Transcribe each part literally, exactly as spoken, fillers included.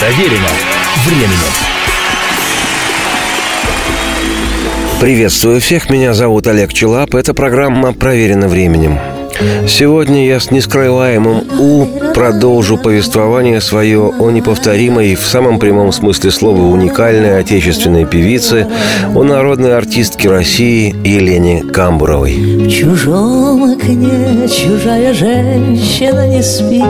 Проверено временем. Приветствую всех, меня зовут Олег Челап. Это программа «Проверено временем». Сегодня я с нескрываемым «у» продолжу повествование свое о неповторимой, в самом прямом смысле слова уникальной отечественной певице, о народной артистке России Елене Камбуровой. В чужом окне чужая женщина не спит.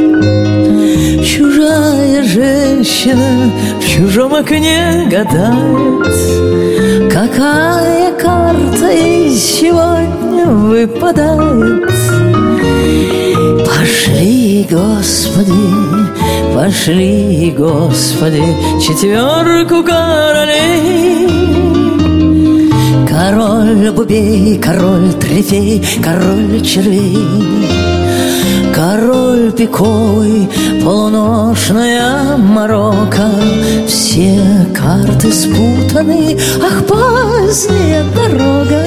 Чужая женщина в чужом окне гадает, какая карта ей сегодня выпадает. Пошли, Господи, пошли, Господи, четверку королей. Король бубей, король трефей, король червей, король пиковый, полуношная морока. Все карты спутаны, ах, поздняя дорога.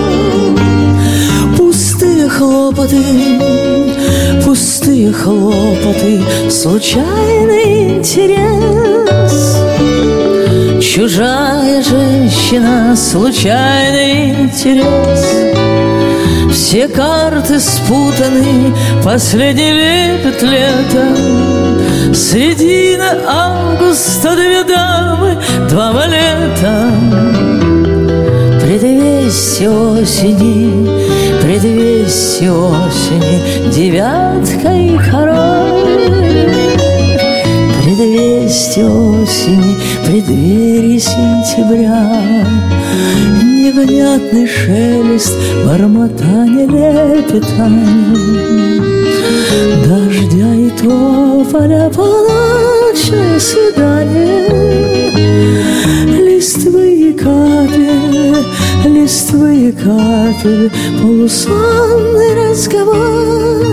Пустые хлопоты, пустые хлопоты, случайный интерес. Чужая женщина, случайный интерес. Все карты спутаны, последний лепет лета. Середина августа, две дамы, два валета. Предвестие осени, предвестие осени, девятка и король. Предвестие осени, преддверие сентября. Невнятный шелест, бормотание, лепетание дождя и тополя, полночное свидание. Листвы и капель, листвы и капель, полусонный разговор.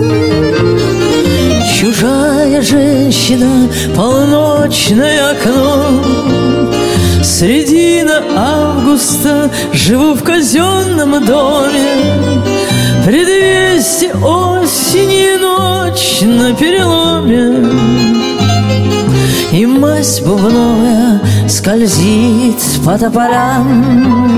Чужая женщина, полночное окно. Середина августа, живу в казенном доме. Предвестие осени, ночь на переломе. И мазь бубновая скользит по тополям.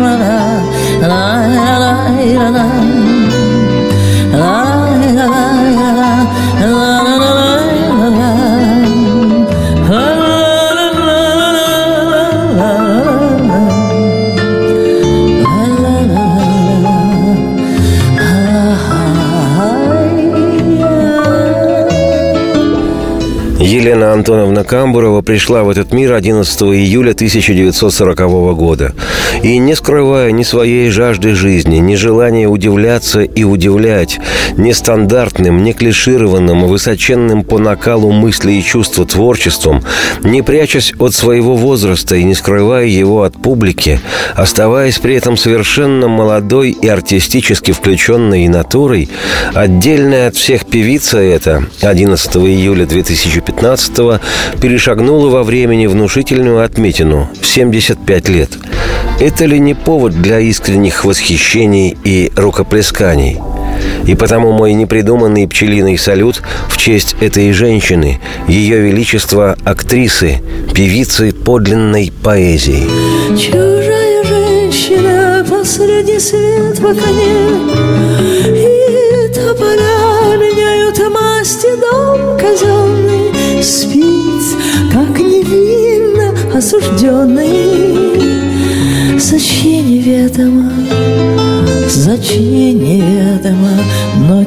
Елена Антоновна Камбурова пришла в этот мир одиннадцатого июля тысяча девятьсот сорокового года. И, не скрывая ни своей жажды жизни, ни желания удивляться и удивлять, нестандартным, не клишированным, высоченным по накалу мысли и чувства творчеством, не прячась от своего возраста и не скрывая его от публики, оставаясь при этом совершенно молодой и артистически включенной натурой, отдельная от всех певица эта одиннадцатого июля две тысячи пятнадцатого перешагнула во времени внушительную отметину в семьдесят пять лет. Это ли не повод для искренних восхищений и рукоплесканий? И потому мой непридуманный пчелиный салют в честь этой женщины, ее величества актрисы, певицы подлинной поэзии. Чужая женщина посреди свет в окне, и тополя меняют масти, дом казенный спит, как невинно осужденный. Зачем неведомо, зачем неведомо, но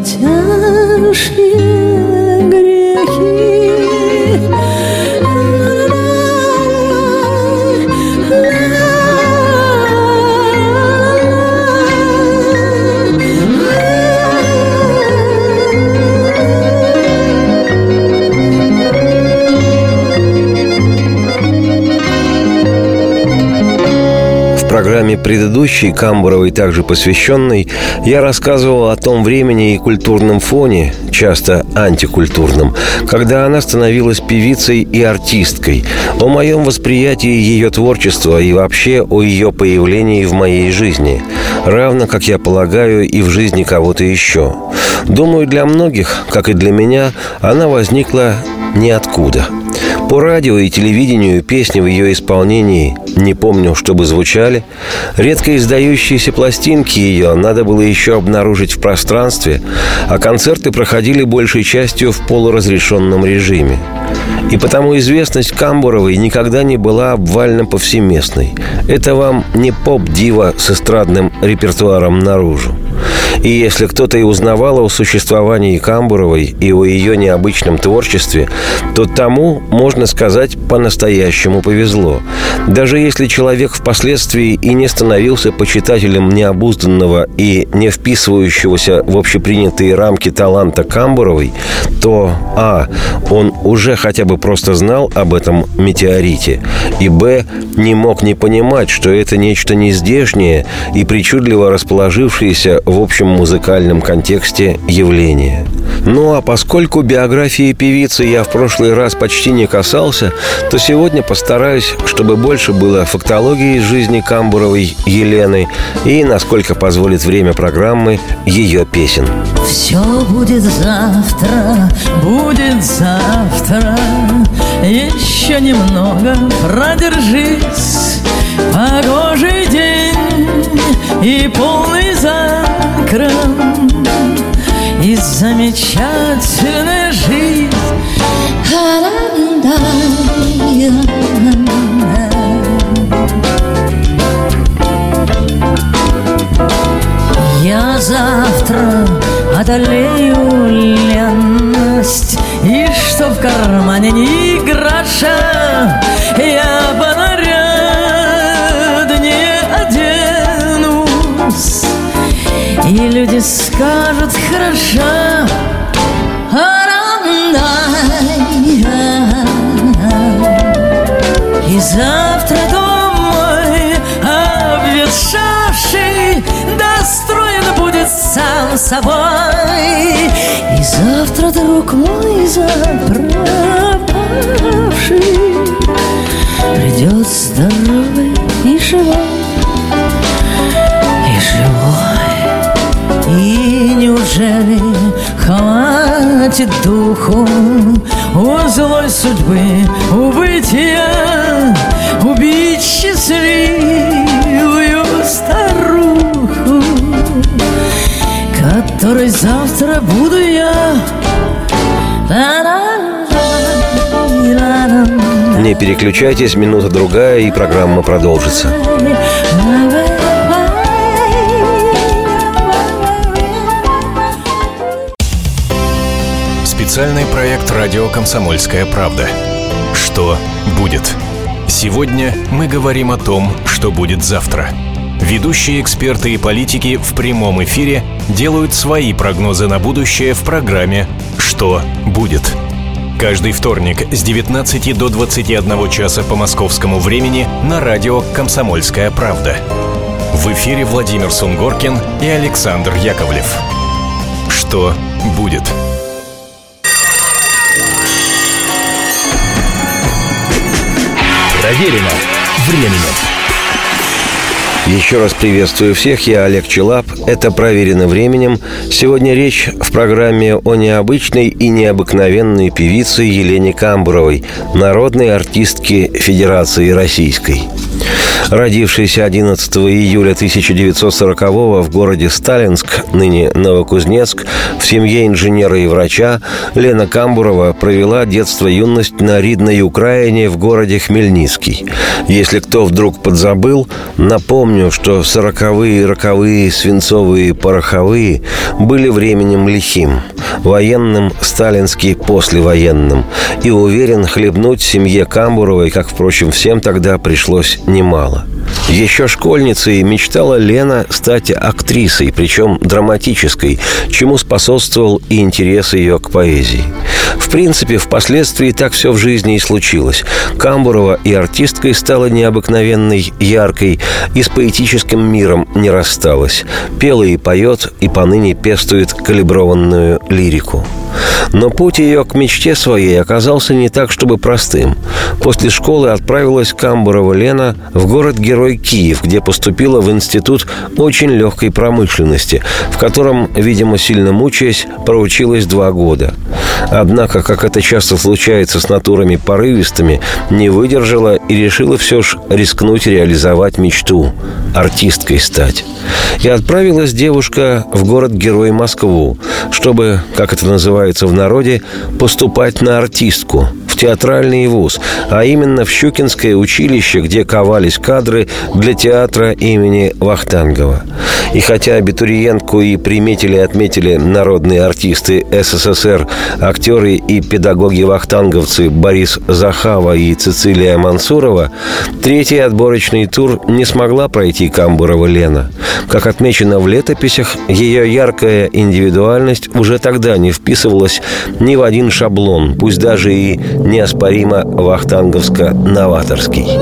тяжкие грехи. В программе предыдущей, Камбуровой также посвященной, я рассказывал о том времени и культурном фоне, часто антикультурном, когда она становилась певицей и артисткой, о моем восприятии ее творчества и вообще о ее появлении в моей жизни, равно, как я полагаю, и в жизни кого-то еще. Думаю, для многих, как и для меня, она возникла ниоткуда. По радио и телевидению песни в ее исполнении не помню, чтобы звучали. Редко издающиеся пластинки ее надо было еще обнаружить в пространстве, а концерты проходили большей частью в полуразрешенном режиме. И потому известность Камбуровой никогда не была обвально повсеместной. Это вам не поп-дива с эстрадным репертуаром наружу. И если кто-то и узнавал о существовании Камбуровой и о ее необычном творчестве, то тому, можно сказать, по-настоящему повезло. Даже если человек впоследствии и не становился почитателем необузданного и не вписывающегося в общепринятые рамки таланта Камбуровой, то а. он уже хотя бы просто знал об этом метеорите, и б. не мог не понимать, что это нечто нездешнее и причудливо расположившееся в общем музыкальном контексте явление. Ну а поскольку биографии певицы я в прошлый раз почти не касался, то сегодня постараюсь, чтобы больше было фактологии из жизни Камбуровой Елены и, насколько позволит время программы, ее песен. Все будет завтра, будет завтра, еще немного продержись. Погожий день и полный закром, и замечательная жизнь. Я завтра одолею леность, и что в кармане ни гроша, я понаряднее оденусь, и люди скажут: хороша. И завтра домой обветшавший достроен будет сам собой. И завтра, друг мой заправший, придет здоровый и живой, и живой. И неужели хватит духу у злой судьбы, у бытия убить счастливую старуху, которой завтра буду я? Не переключайтесь, минута-другая, и программа продолжится. Специальный проект «Радио Комсомольская правда». Что будет? Сегодня мы говорим о том, что будет завтра. Ведущие эксперты и политики в прямом эфире делают свои прогнозы на будущее в программе «Что будет?». Каждый вторник с девятнадцати до двадцати одного часа по московскому времени на радио «Комсомольская правда». В эфире Владимир Сунгоркин и Александр Яковлев. Что будет? Проверено временем. Еще раз приветствую всех, я Олег Челап. Это «Проверено временем». Сегодня речь в программе о необычной и необыкновенной певице Елене Камбуровой, народной артистке Федерации Российской. Родившаяся одиннадцатого июля тысяча девятьсот сорокового в городе Сталинск, ныне Новокузнецк, в семье инженера и врача, Лена Камбурова провела детство-юность на Ридной Украине в городе Хмельницкий. Если кто вдруг подзабыл, напомню, что сороковые, роковые, свинцовые, пороховые были временем лихим, военным, сталинский послевоенным, и уверен, хлебнуть семье Камбуровой, как, впрочем, всем тогда пришлось немало. Еще школьницей мечтала Лена стать актрисой, причем драматической, чему способствовал и интерес ее к поэзии. В принципе, впоследствии так все в жизни и случилось. Камбурова и артисткой стала необыкновенной, яркой, и с поэтическим миром не рассталась. Пела и поет, и поныне пестует калиброванную лирику. Но путь ее к мечте своей оказался не так, чтобы простым. После школы отправилась Камбурова Лена в город-герой Киев, где поступила в институт очень легкой промышленности, в котором, видимо, сильно мучаясь, проучилась два года. Однако, как это часто случается с натурами порывистыми, не выдержала и решила все ж рискнуть реализовать мечту – артисткой стать. И отправилась девушка в город-герой Москву, чтобы, как это называется в народе, поступать на артистку, в театральный вуз, а именно в Щукинское училище, где ковались кадры для театра имени Вахтангова. И хотя абитуриентку и приметили и отметили народные артисты СССР, актеры и педагоги-вахтанговцы Борис Захава и Цицилия Мансурова, третий отборочный тур не смогла пройти Камбурова Лена. Как отмечено в летописях, ее яркая индивидуальность уже тогда не вписывалась ни в один шаблон, пусть даже и неоспоримо вахтанговско-новаторский.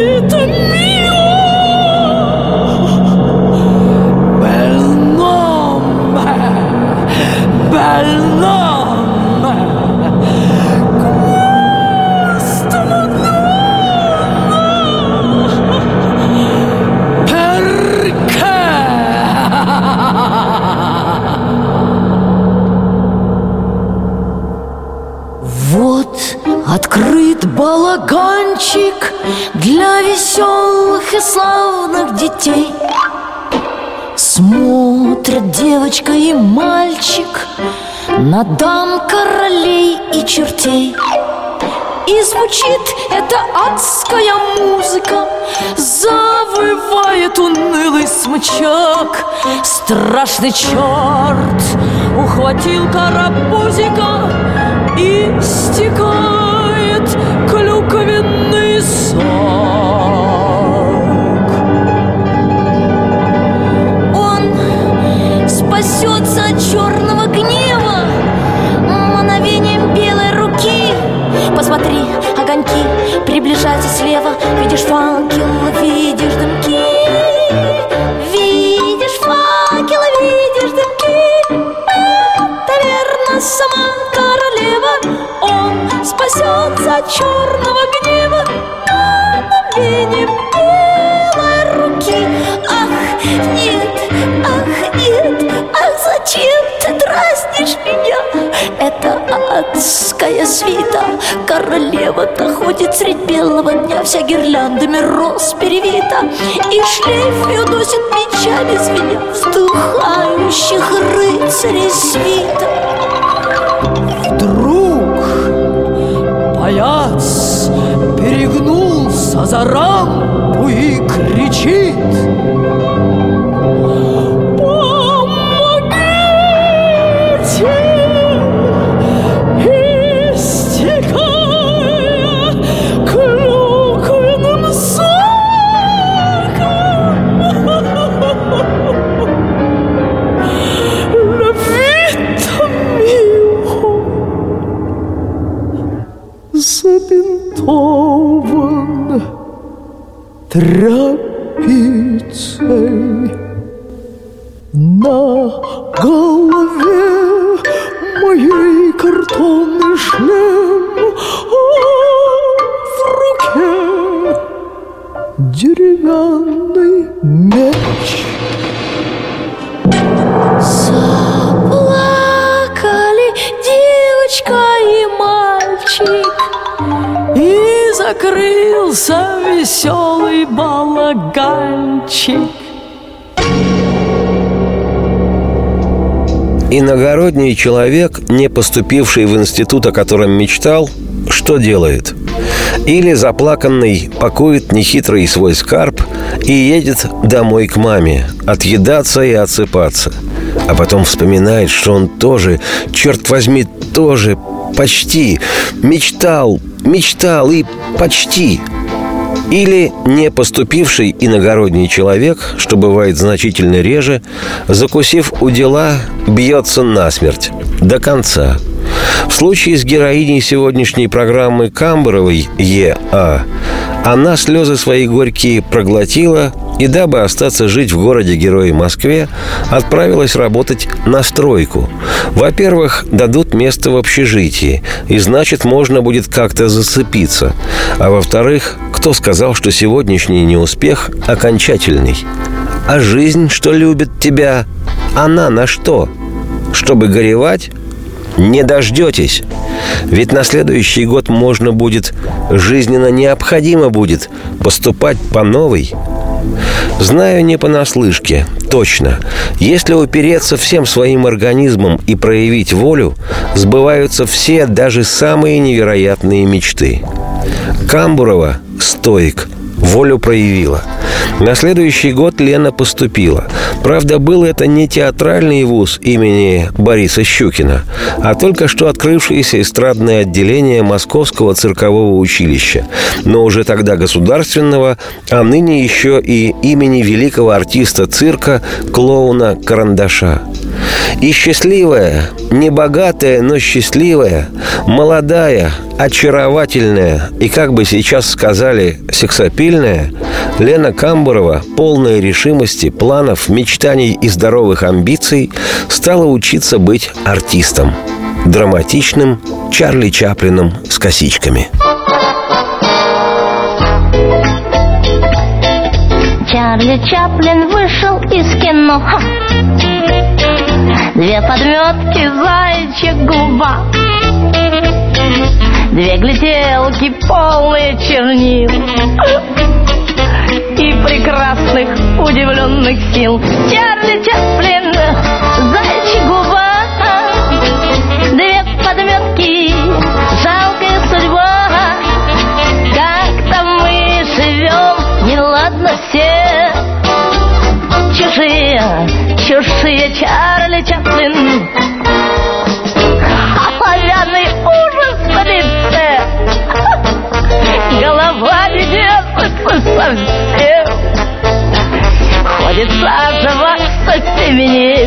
Открыт балаганчик для веселых и славных детей. Смотрят девочка и мальчик на дам, королей и чертей. И звучит эта адская музыка, завывает унылый смычок. Страшный черт ухватил карапузика и стекает клюквенный сок. Он спасется от черного гнева мановением белой руки. Посмотри, огоньки приближаются слева. Видишь факел, видишь дымки. Видишь факел, видишь дымки. Это верно сама королева. Он спасется от черного гнева мановением белой руки. Ах, нет, ах, нет, ах, зачем ты дразнишь меня? Это адская свита. Королева-то ходит средь белого дня, вся гирляндами роз перевита, и шлейф ее носит мечами звеня вздыхающих рыцарей свита. Вдруг паяц перегнулся за рампу и кричит: забинтован тряпицей, на голове моей картонный шлем, а в руке деревянный меч. Заплакали девочка и мальчик, и закрылся веселый балаганчик. Иногородний человек, не поступивший в институт, о котором мечтал, что делает? Или заплаканный пакует нехитрый свой скарб и едет домой к маме, отъедаться и отсыпаться. А потом вспоминает, что он тоже, черт возьми, тоже почти мечтал, мечтал и почти. Или не поступивший иногородний человек, что бывает значительно реже, закусив у дела, бьется насмерть до конца. В случае с героиней сегодняшней программы Камбуровой Е А она слезы свои горькие проглотила и, дабы остаться жить в городе-герое Москве, отправилась работать на стройку. Во-первых, дадут место в общежитии, и значит, можно будет как-то зацепиться. А во-вторых, кто сказал, что сегодняшний неуспех окончательный? А жизнь, что любит тебя, она на что? Чтобы горевать? Не дождетесь. Ведь на следующий год можно будет, жизненно необходимо будет поступать по новой. Знаю не понаслышке, точно. Если упереться всем своим организмом и проявить волю, сбываются все, даже самые невероятные мечты. Камбурова, стоик, волю проявила. На следующий год Лена поступила. Правда, был это не театральный вуз имени Бориса Щукина, а только что открывшееся эстрадное отделение Московского циркового училища, но уже тогда государственного, а ныне еще и имени великого артиста цирка, клоуна Карандаша. И счастливая, не богатая, но счастливая, молодая, очаровательная и, как бы сейчас сказали, сексапильная, Лена Камбурова, полная решимости, планов, мечтаний и здоровых амбиций, стала учиться быть артистом. Драматичным Чарли Чаплином с косичками. Чарли Чаплин вышел из кино. Две подметки, заячья губа, две гляделки, полные чернил и прекрасных удивленных сил. Чарли Чаплин, заячья губа, две подметки, жалкая судьба. Как-то мы живем, неладно все, чужие, чужие. Чарли Чаплин, оловянный ужас на лице, голова не держится совсем, ходит заживо, семенит,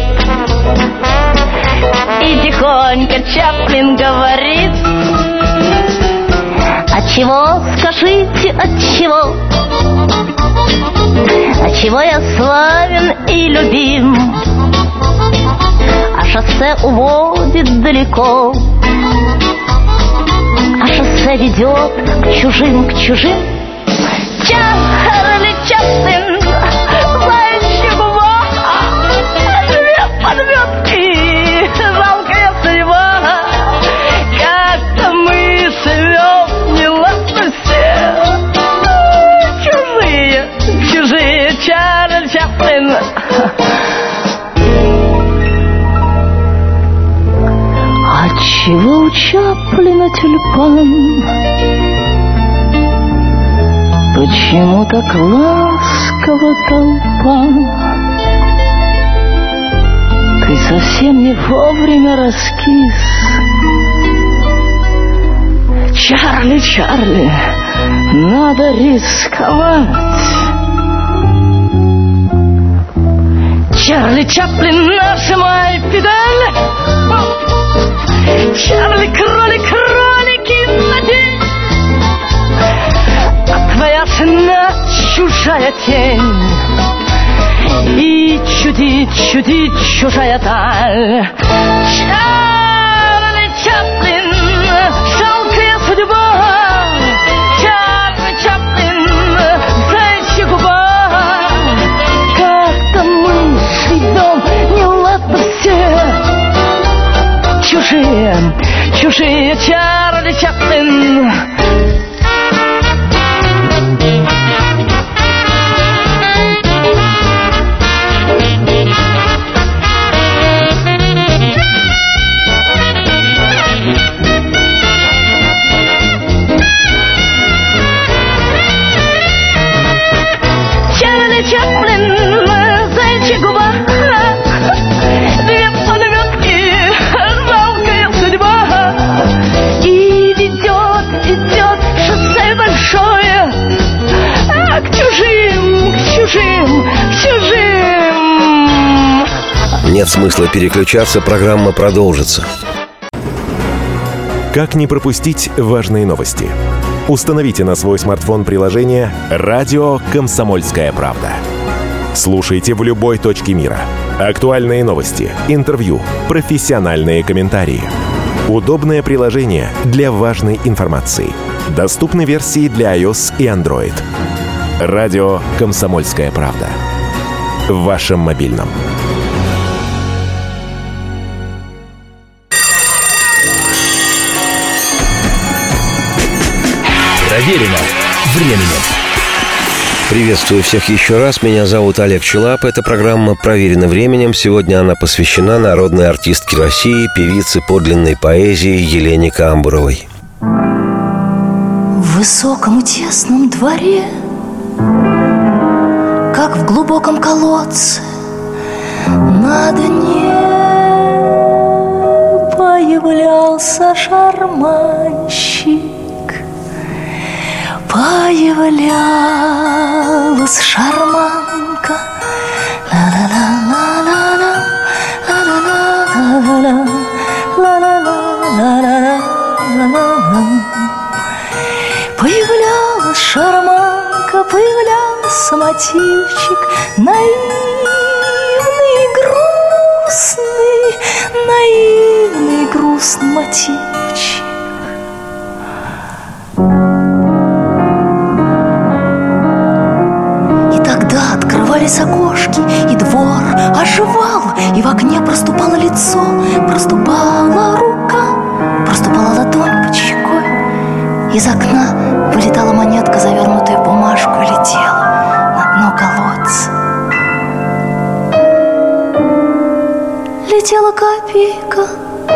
и тихонько Чаплин говорит: отчего, скажите, отчего, отчего я славен и любим, а шоссе уводит далеко, а шоссе ведет к чужим, к чужим. Чарли Чаплин, заячья губа, две подметки, жалкая судьба. Как-то мы живем, неладно все, чужие, чужие. Чарли Чаплин. Отчего у Чаплина тюльпан? Почему так ласково толпа? Ты совсем не вовремя раскис. Чарли, Чарли, надо рисковать. Чарли Чаплин, нажимай педаль. Чарли, кролик, кролики на день, а твоя жена чужая тень, и чудит, чудит чужая даль. Чарли Чаплин, жалкая судьба. Чарли Чаплин, заячья губа. Как-то мы живем, неладно все, чужие, чужие. Чарли Чаплин. Чарли Чаплин, заячья губа, две подметки, жалкая судьба. И ведет, ведет шоссе большое, а к чужим, к чужим, к чужим. Нет смысла переключаться, программа продолжится. Как не пропустить важные новости? Установите на свой смартфон приложение «Радио Комсомольская правда». Слушайте в любой точке мира. Актуальные новости, интервью, профессиональные комментарии. Удобное приложение для важной информации. Доступны версии для iOS и Android. «Радио Комсомольская правда». В вашем мобильном. Проверено временем. Приветствую всех еще раз. Меня зовут Олег Челап. Эта программа «Проверена временем». Сегодня она посвящена народной артистке России, певице подлинной поэзии Елене Камбуровой. В высоком и тесном дворе, как в глубоком колодце, на дне появлялся шарманщик. Появлялась шарманка. Ла-ла-ла-ла-ла-ла, ла-ла-ла-ла-ла, ла-ла-ла-ла-ла-ла. Появлялась шарманка, появлялся мотивчик, наивный и грустный, наивный и грустный мотивчик. Открывались окошки, и двор оживал, и в окне проступало лицо, проступала рука, проступала ладонь под щекой. Из окна вылетала монетка, завернутая в бумажку, и летела на дно колодца. Летела копейка,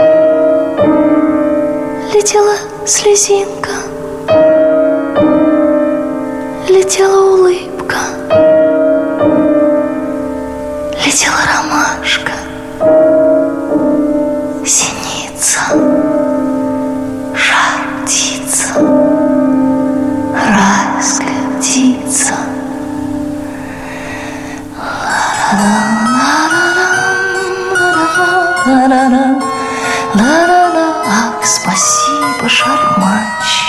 летела слезинка, летела улыбка, летела ромашка, синица, жар птица, райская птица. Ла-ла-ла, ах, спасибо, шарманщик.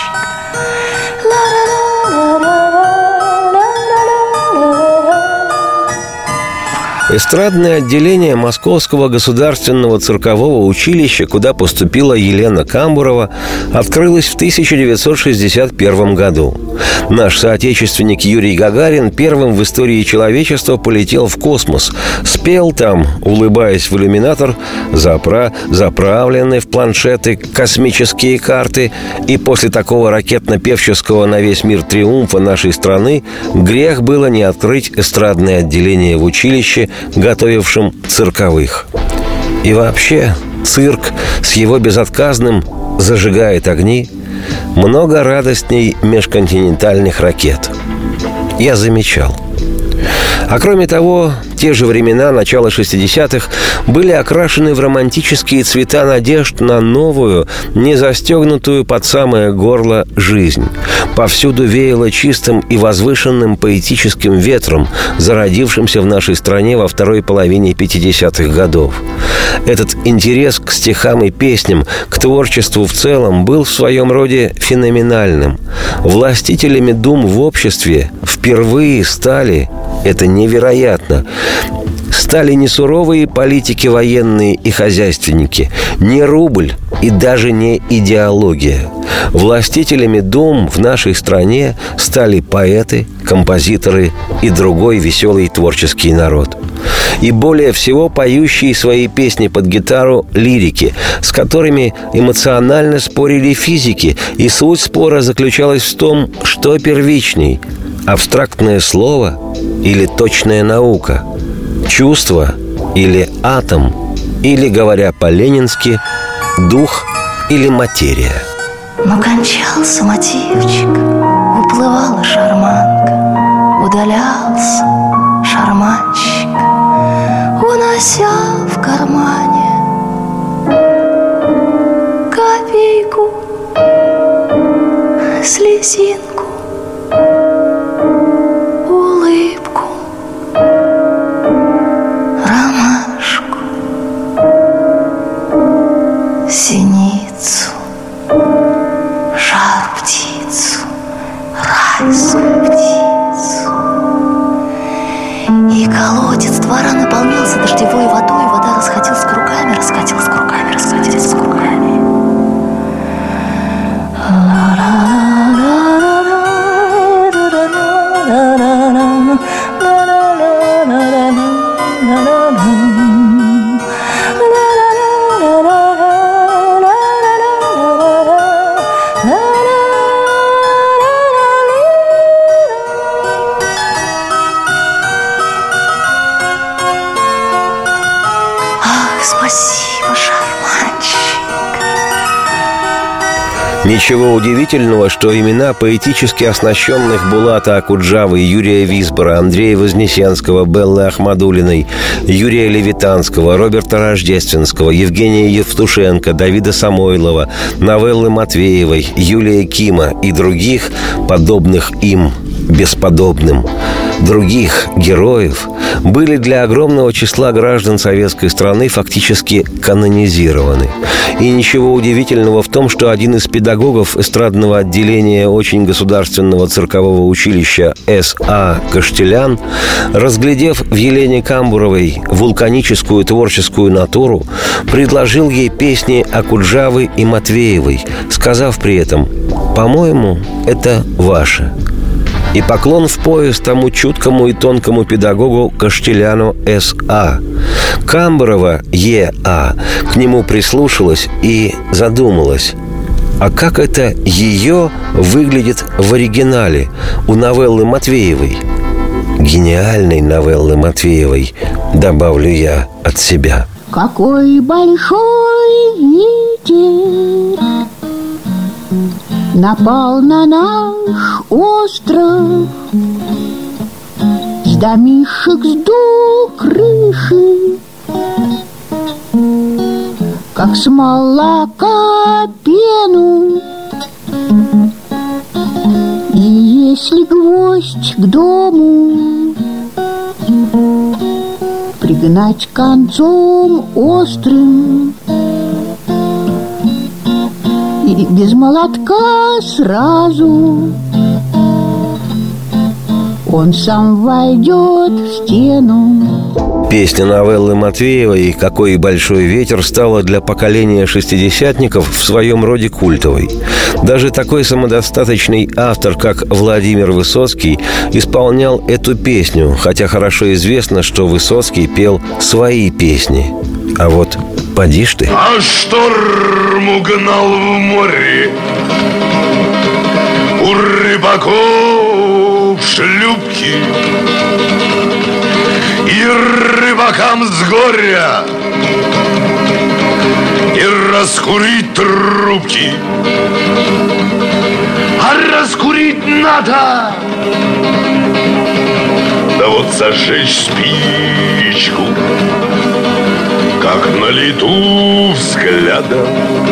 Эстрадное отделение Московского государственного циркового училища, куда поступила Елена Камбурова, открылось в тысяча девятьсот шестьдесят первом году. Наш соотечественник Юрий Гагарин первым в истории человечества полетел в космос. Спел там, улыбаясь в иллюминатор, запра... заправленные в планшеты космические карты. И после такого ракетно-певческого на весь мир триумфа нашей страны грех было не открыть эстрадное отделение в училище, готовившим цирковых. И вообще, цирк с его безотказным «зажигает огни» много радостней межконтинентальных ракет. Я замечал. А кроме того, те же времена, начала шестидесятых, были окрашены в романтические цвета надежд на новую, не застегнутую под самое горло жизнь. Повсюду веяло чистым и возвышенным поэтическим ветром, зародившимся в нашей стране во второй половине пятидесятых годов. Этот интерес к стихам и песням, к творчеству в целом, был в своем роде феноменальным. Властителями дум в обществе впервые стали, это невероятно, стали не суровые политики военные и хозяйственники, не рубль и даже не идеология. Властителями дум в нашей стране стали поэты, композиторы и другой веселый творческий народ. И более всего поющие свои песни под гитару лирики, с которыми эмоционально спорили физики, и суть спора заключалась в том, что первичней – абстрактное слово или точная наука, чувство или атом, или, говоря по-ленински, дух или материя. Но кончался мотивчик, уплывала шарманка, удалялся шарманщик, унося в кармане копейку, слезинку, улыбку, ромашку, синицу, жар птицу, райскую птицу. И колодец двора наполнялся дождевой водой, вода расходилась кругами, расходилась кругами, расходилась кругами. Ничего удивительного, что имена поэтически оснащенных Булата Окуджавы, Юрия Висбора, Андрея Вознесенского, Беллы Ахмадулиной, Юрия Левитанского, Роберта Рождественского, Евгения Евтушенко, Давида Самойлова, Новеллы Матвеевой, Юлия Кима и других, подобных им, бесподобным, других героев, были для огромного числа граждан советской страны фактически канонизированы. И ничего удивительного в том, что один из педагогов эстрадного отделения очень государственного циркового училища С А Каштелян, разглядев в Елене Камбуровой вулканическую творческую натуру, предложил ей песни Окуджавы и Матвеевой, сказав при этом: «По-моему, это ваше». И поклон в пояс тому чуткому и тонкому педагогу Каштеляну С А Камбурова Е А к нему прислушалась и задумалась: а как это ее выглядит в оригинале у новеллы Матвеевой? Гениальной новеллы Матвеевой, добавлю я от себя. Какой большой ветер напал на наш остров, с домишек сдул крыши, как с молока пену. И если гвоздь к дому пригнать концом острым, и без молотка сразу он сам войдет в стену. Песня новеллы Матвеевой «Какой большой ветер» стала для поколения шестидесятников в своем роде культовой. Даже такой самодостаточный автор, как Владимир Высоцкий, исполнял эту песню, хотя хорошо известно, что Высоцкий пел свои песни. А вот поди ж ты. А шторм угнал в море у рыбаков шлюпки, и рыбакам с горя не раскурить трубки, а раскурить надо, да вот зажечь спичку, как на лету взглядом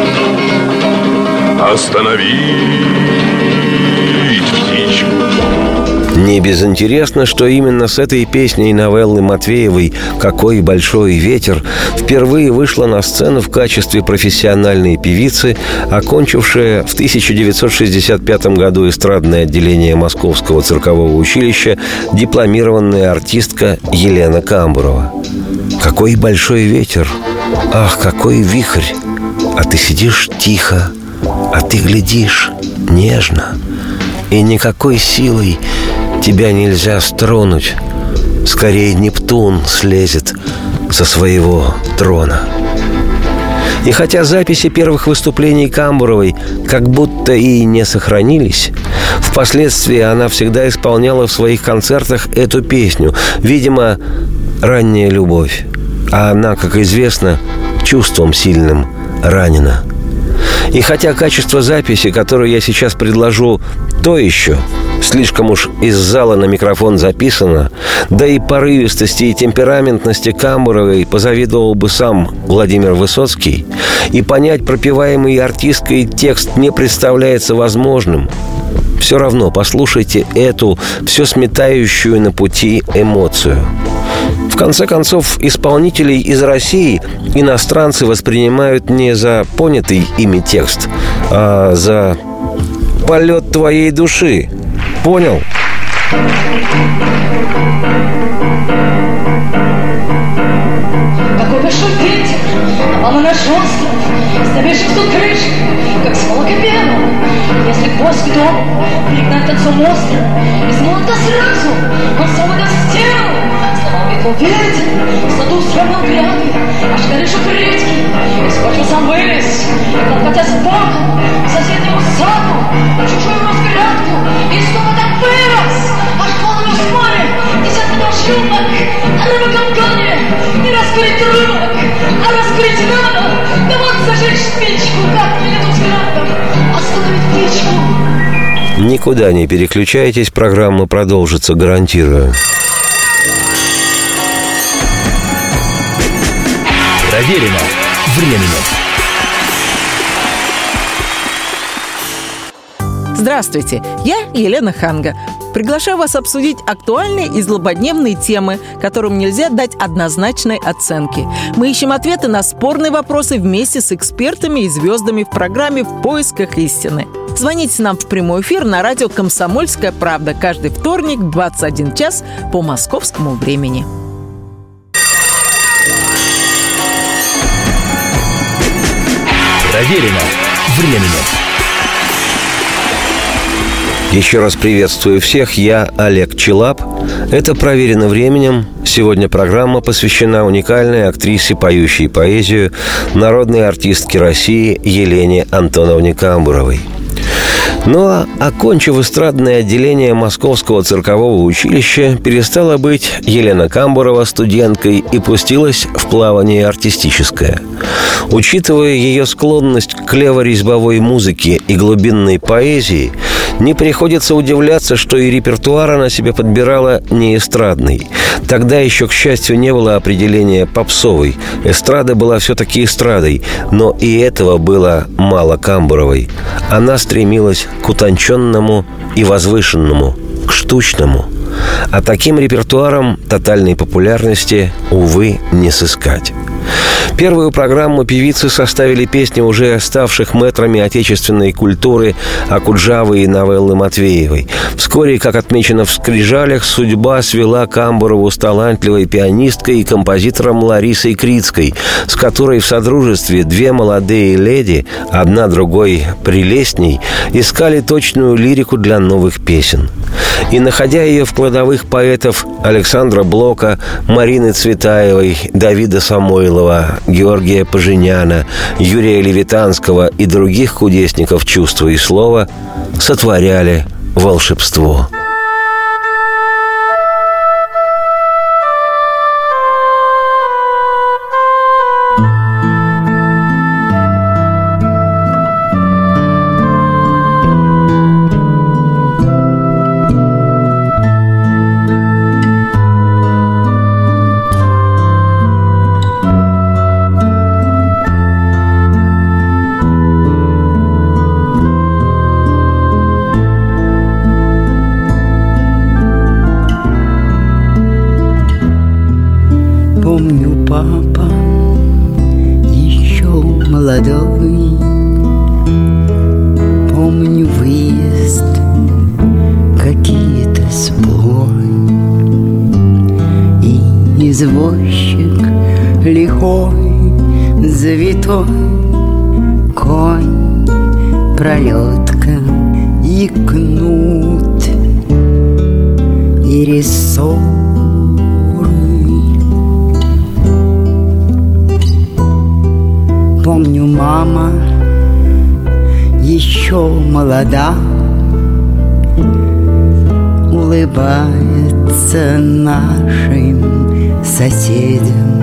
остановить птичку. Не безинтересно, что именно с этой песней новеллы Матвеевой «Какой большой ветер» впервые вышла на сцену в качестве профессиональной певицы, окончившая в тысяча девятьсот шестьдесят пятом году эстрадное отделение Московского циркового училища дипломированная артистка Елена Камбурова. «Какой большой ветер! Ах, какой вихрь! А ты сидишь тихо, а ты глядишь нежно, и никакой силой тебя нельзя стронуть. Скорее Нептун слезет со своего трона». И хотя записи первых выступлений Камбуровой как будто и не сохранились, впоследствии она всегда исполняла в своих концертах эту песню. Видимо, ранняя любовь. А она, как известно, чувством сильным ранена. И хотя качество записи, которую я сейчас предложу, то еще, слишком уж из зала на микрофон записано, да и порывистости и темпераментности Камбуровой позавидовал бы сам Владимир Высоцкий, и понять пропеваемый артисткой текст не представляется возможным, все равно послушайте эту все сметающую на пути эмоцию. В конце концов, исполнителей из России иностранцы воспринимают не за понятый ими текст, а за полет твоей души. Понял? Какой большой ветер напал на наш остров, с домишек тут крыши, как с молокопеном. Если гвоздь к дому пригнать отцом остров, без молока сразу он сам уйдет в стену. Ветер, в саду стрёмном гряде, аж корешек редьки, искочил сам вылез, как хотя с боком, к соседнему саду, на чужую разгрядку, и снова так вырос, аж голову с моря, десятка дал шлюпок, а рыбакам гоне, не раскурить рыбок, а раскурить надо, да вот зажечь спичку, как на лету взглядом, а сука Никуда не переключайтесь, программа продолжится, гарантирую. Проверено временем. Здравствуйте, я Елена Ханга. Приглашаю вас обсудить актуальные и злободневные темы, которым нельзя дать однозначной оценки. Мы ищем ответы на спорные вопросы вместе с экспертами и звездами в программе «В поисках истины». Звоните нам в прямой эфир на радио «Комсомольская правда» каждый вторник в двадцать один час по московскому времени. Проверено временем. Еще раз приветствую всех, я Олег Челап. Это «Проверено временем». Сегодня программа посвящена уникальной актрисе, поющей поэзию, народной артистке России Елене Антоновне Камбуровой. Ну а, окончив эстрадное отделение Московского циркового училища, перестала быть Елена Камбурова студенткой и пустилась в плавание артистическое. Учитывая ее склонность к леворезьбовой музыке и глубинной поэзии, не приходится удивляться, что и репертуар она себе подбирала не эстрадный. Тогда еще, к счастью, не было определения попсовой. Эстрада была все-таки эстрадой, но и этого было мало Камбуровой. Она стремилась к утонченному и возвышенному, к штучному. А таким репертуаром тотальной популярности, увы, не сыскать. Первую программу певицы составили песни уже ставших мэтрами отечественной культуры Окуджавы и новеллы Матвеевой. Вскоре, как отмечено в «Скрижалях», судьба свела Камбурову с талантливой пианисткой и композитором Ларисой Крицкой, с которой в содружестве две молодые леди, одна другой прелестней, искали точную лирику для новых песен. И, находя ее в кладовых поэтов Александра Блока, Марины Цветаевой, Давида Самойлова, Георгия Поженяна, Юрия Левитанского и других кудесников чувства и слова, сотворяли волшебство. Помню выезд, какие-то сборы, и извозчик лихой, завитой, конь, пролетка и кнут, и рессоры. Помню, мама еще молода, улыбается нашим соседям.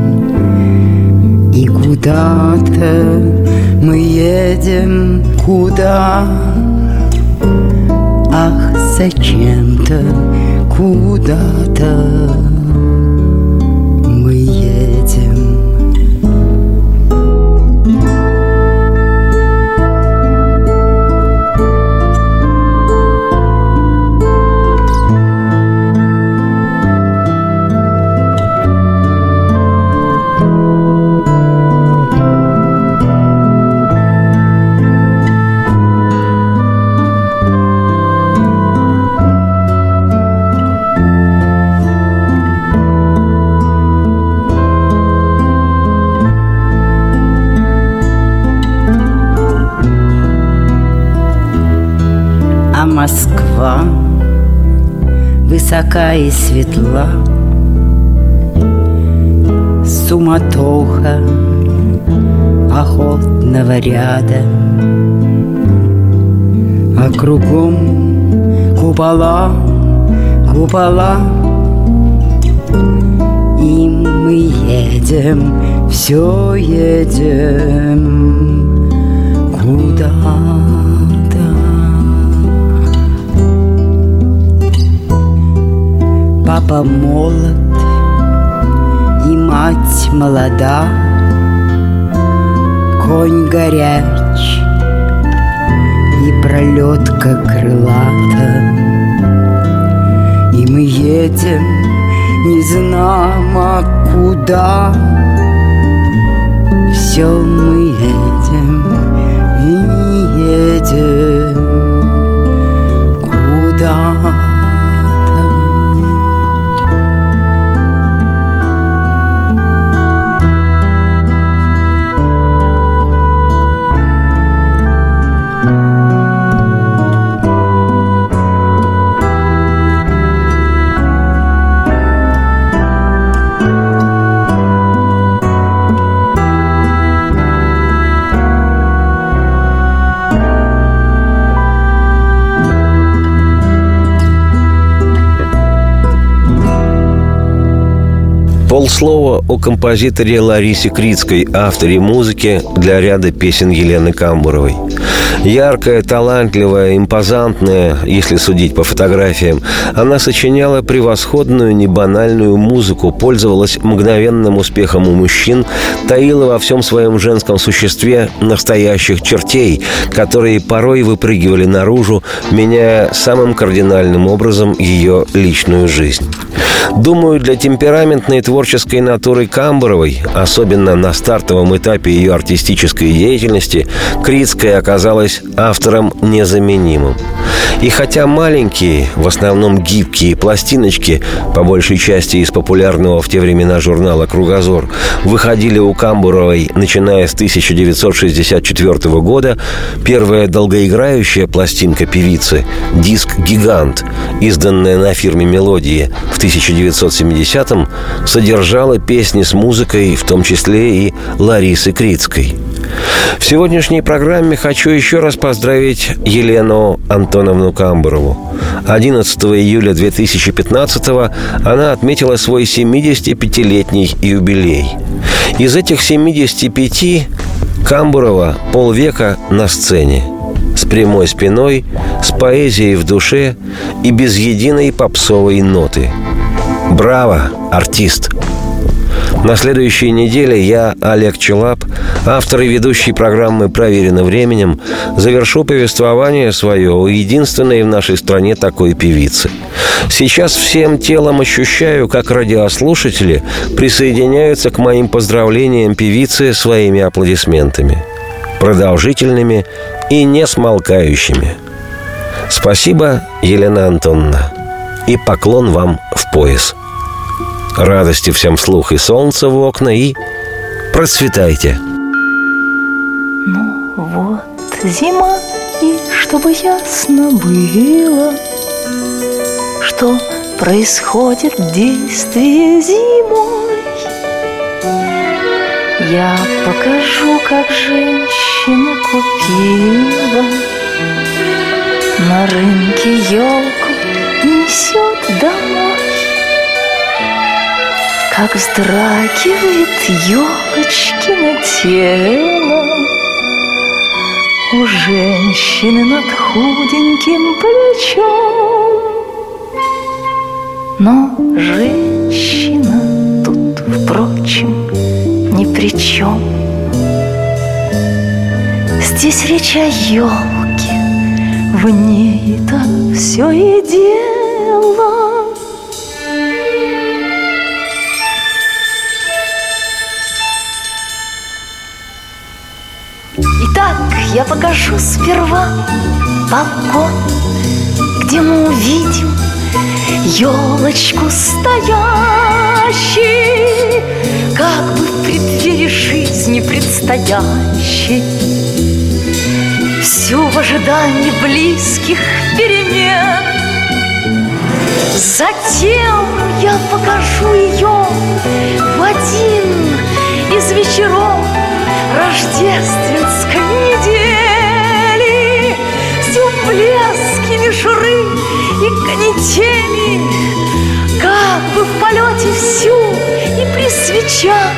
И куда-то мы едем, куда? Ах, зачем-то куда-то мы едем. Москва высока и светла, суматоха охотного ряда, а кругом купола, купола, и мы едем, все едем куда-то. Папа молод и мать молода, конь горяч и пролетка крылата. И мы едем, не знамо куда. Все мы едем и едем куда-то. Полслова о композиторе Ларисе Крицкой, авторе музыки для ряда песен Елены Камбуровой. Яркая, талантливая, импозантная, если судить по фотографиям, она сочиняла превосходную, небанальную музыку, пользовалась мгновенным успехом у мужчин, таила во всем своем женском существе настоящих чертей, которые порой выпрыгивали наружу, меняя самым кардинальным образом ее личную жизнь. Думаю, для темпераментной творческой натуры Камбуровой, особенно на стартовом этапе ее артистической деятельности, Крицкая оказалась автором незаменимым. И хотя маленькие, в основном гибкие пластиночки, по большей части из популярного в те времена журнала «Кругозор», выходили у Камбуровой, начиная с тысяча девятьсот шестьдесят четвёртого года, первая долгоиграющая пластинка певицы «Диск «Гигант», изданная на фирме «Мелодии» в тысяча девятьсот семидесятом, содержала песни с музыкой, в том числе и Ларисы Крицкой. В сегодняшней программе хочу еще раз поздравить Елену Антоновну Камбурову. одиннадцатого июля две тысячи пятнадцатого она отметила свой семидесятипятилетний юбилей. Из этих семидесяти пяти Камбурова полвека на сцене, с прямой спиной, с поэзией в душе и без единой попсовой ноты. Браво, артист! На следующей неделе я, Олег Челап, автор и ведущий программы «Проверено временем», завершу повествование свое о единственной в нашей стране такой певице. Сейчас всем телом ощущаю, как радиослушатели присоединяются к моим поздравлениям певицы своими аплодисментами. Продолжительными и не смолкающими. Спасибо, Елена Антоновна, и поклон вам в пояс. Радости всем вслух и солнца в окна, и процветайте. Ну вот зима, и чтобы ясно было, что происходит действие зимой, я покажу, как женщина купила на рынке елку, несет домой. Как вздрагивает елочки на тело у женщины над худеньким плечом. Но женщина тут, впрочем, ни при чем. Здесь речь о елке, в ней-то все и дело. Итак, я покажу сперва балкон, где мы увидим елочку стоящей, как бы в преддверии жизни предстоящей, всю в ожидании близких перемен. Затем я покажу ее в один из вечеров рождественской недели, всю в блеске мишуры и канители, как бы в полете всю и при свечах.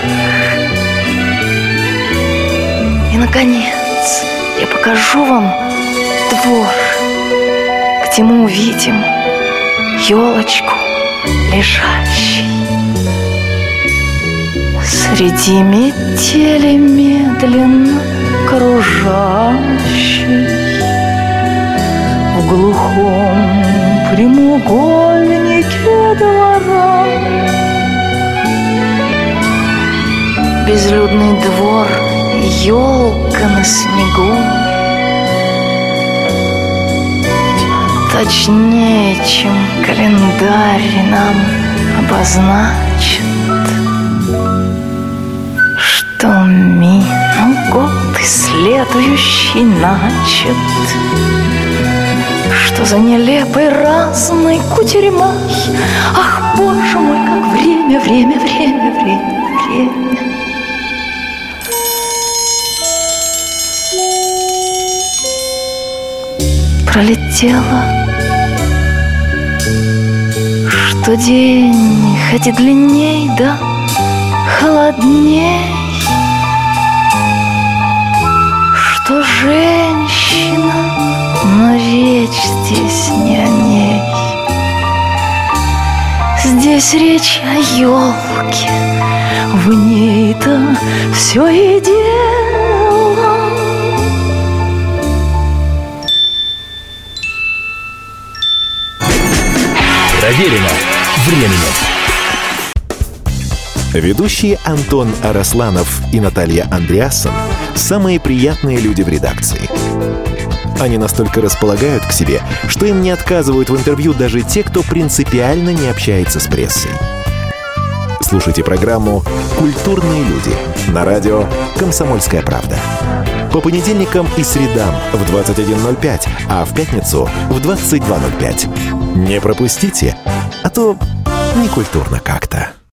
И, наконец, я покажу вам двор, где мы увидим елочку лежащий среди метели медленно кружащий в глухом прямоугольнике двора. Безлюдный двор, елка на снегу, точнее, чем календарь нам обозначит, что минул год и следующий начат, что за нелепой разной кутерьмой, ах, боже мой, как время, время, время, время, время. Пролетело, что день хоть и длинней, да холодней, что женщина, но речь здесь не о ней. Здесь речь о елке, в ней-то все и дело. Проверено временем. Ведущие Антон Арасланов и Наталья Андреасон – самые приятные люди в редакции. Они настолько располагают к себе, что им не отказывают в интервью даже те, кто принципиально не общается с прессой. Слушайте программу «Культурные люди» на радио «Комсомольская правда». По понедельникам и средам в двадцать один ноль пять, а в пятницу в двадцать два ноль пять. Не пропустите, а то некультурно как-то.